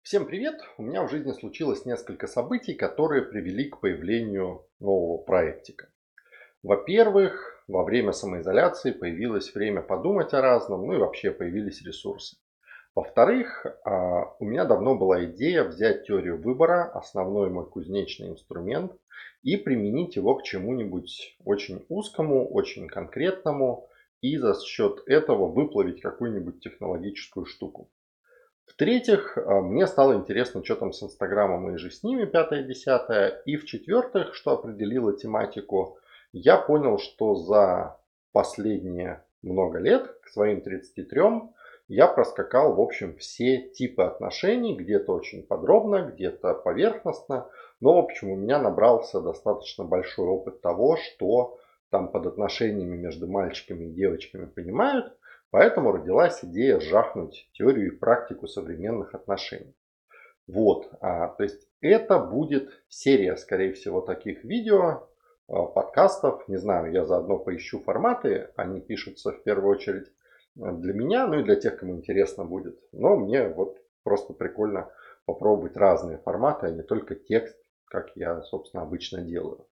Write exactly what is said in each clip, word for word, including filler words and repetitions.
Всем привет! У меня в жизни случилось несколько событий, которые привели к появлению нового проектика. Во-первых, во время самоизоляции появилось время подумать о разном, ну и вообще появились ресурсы. Во-вторых, а, у меня давно была идея взять теорию выбора, основной мой кузнечный инструмент, и применить его к чему-нибудь очень узкому, очень конкретному, и за счет этого выплавить какую-нибудь технологическую штуку. В-третьих, а, мне стало интересно, что там с Инстаграмом и же с ними, пятое-десятое. И в-четвертых, что определило тематику, я понял, что за последние много лет, к своим тридцати трём, я проскакал, в общем, все типы отношений, где-то очень подробно, где-то поверхностно. Но, в общем, у меня набрался достаточно большой опыт того, что там под отношениями между мальчиками и девочками понимают. Поэтому родилась идея жахнуть теорию и практику современных отношений. Вот, а, то есть это будет серия, скорее всего, таких видео, а, подкастов. Не знаю, я заодно поищу форматы. Они пишутся в первую очередь а, для меня, ну и для тех, кому интересно будет. Но мне вот просто прикольно попробовать разные форматы, а не только текст, как я, собственно, обычно делаю.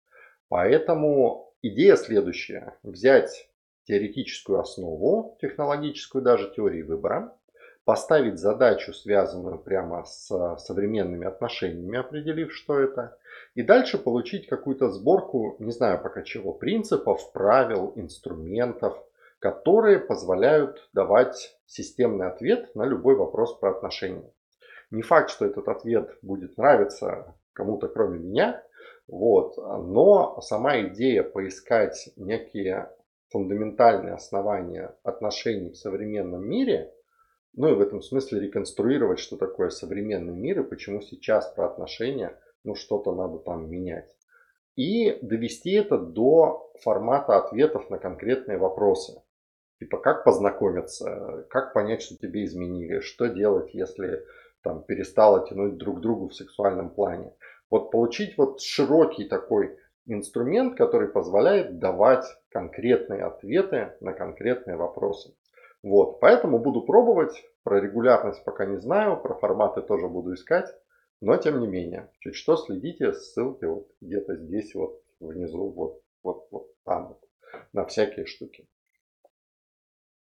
Поэтому идея следующая. Взять теоретическую основу, технологическую даже теории выбора, поставить задачу, связанную прямо с современными отношениями, определив, что это, и дальше получить какую-то сборку, не знаю пока чего, принципов, правил, инструментов, которые позволяют давать системный ответ на любой вопрос про отношения. Не факт, что этот ответ будет нравиться кому-то, кроме меня, вот, но сама идея поискать некие фундаментальные основания отношений в современном мире, ну и в этом смысле реконструировать, что такое современный мир и почему сейчас про отношения, ну что-то надо там менять. И довести это до формата ответов на конкретные вопросы. Типа, как познакомиться, как понять, что тебе изменили, что делать, если там перестало тянуть друг к другу в сексуальном плане. Вот получить вот широкий такой инструмент, который позволяет давать конкретные ответы на конкретные вопросы. Вот, поэтому буду пробовать, про регулярность пока не знаю, про форматы тоже буду искать, но тем не менее, чуть что следите, ссылки вот где-то здесь вот внизу, вот, вот, вот там вот, на всякие штуки.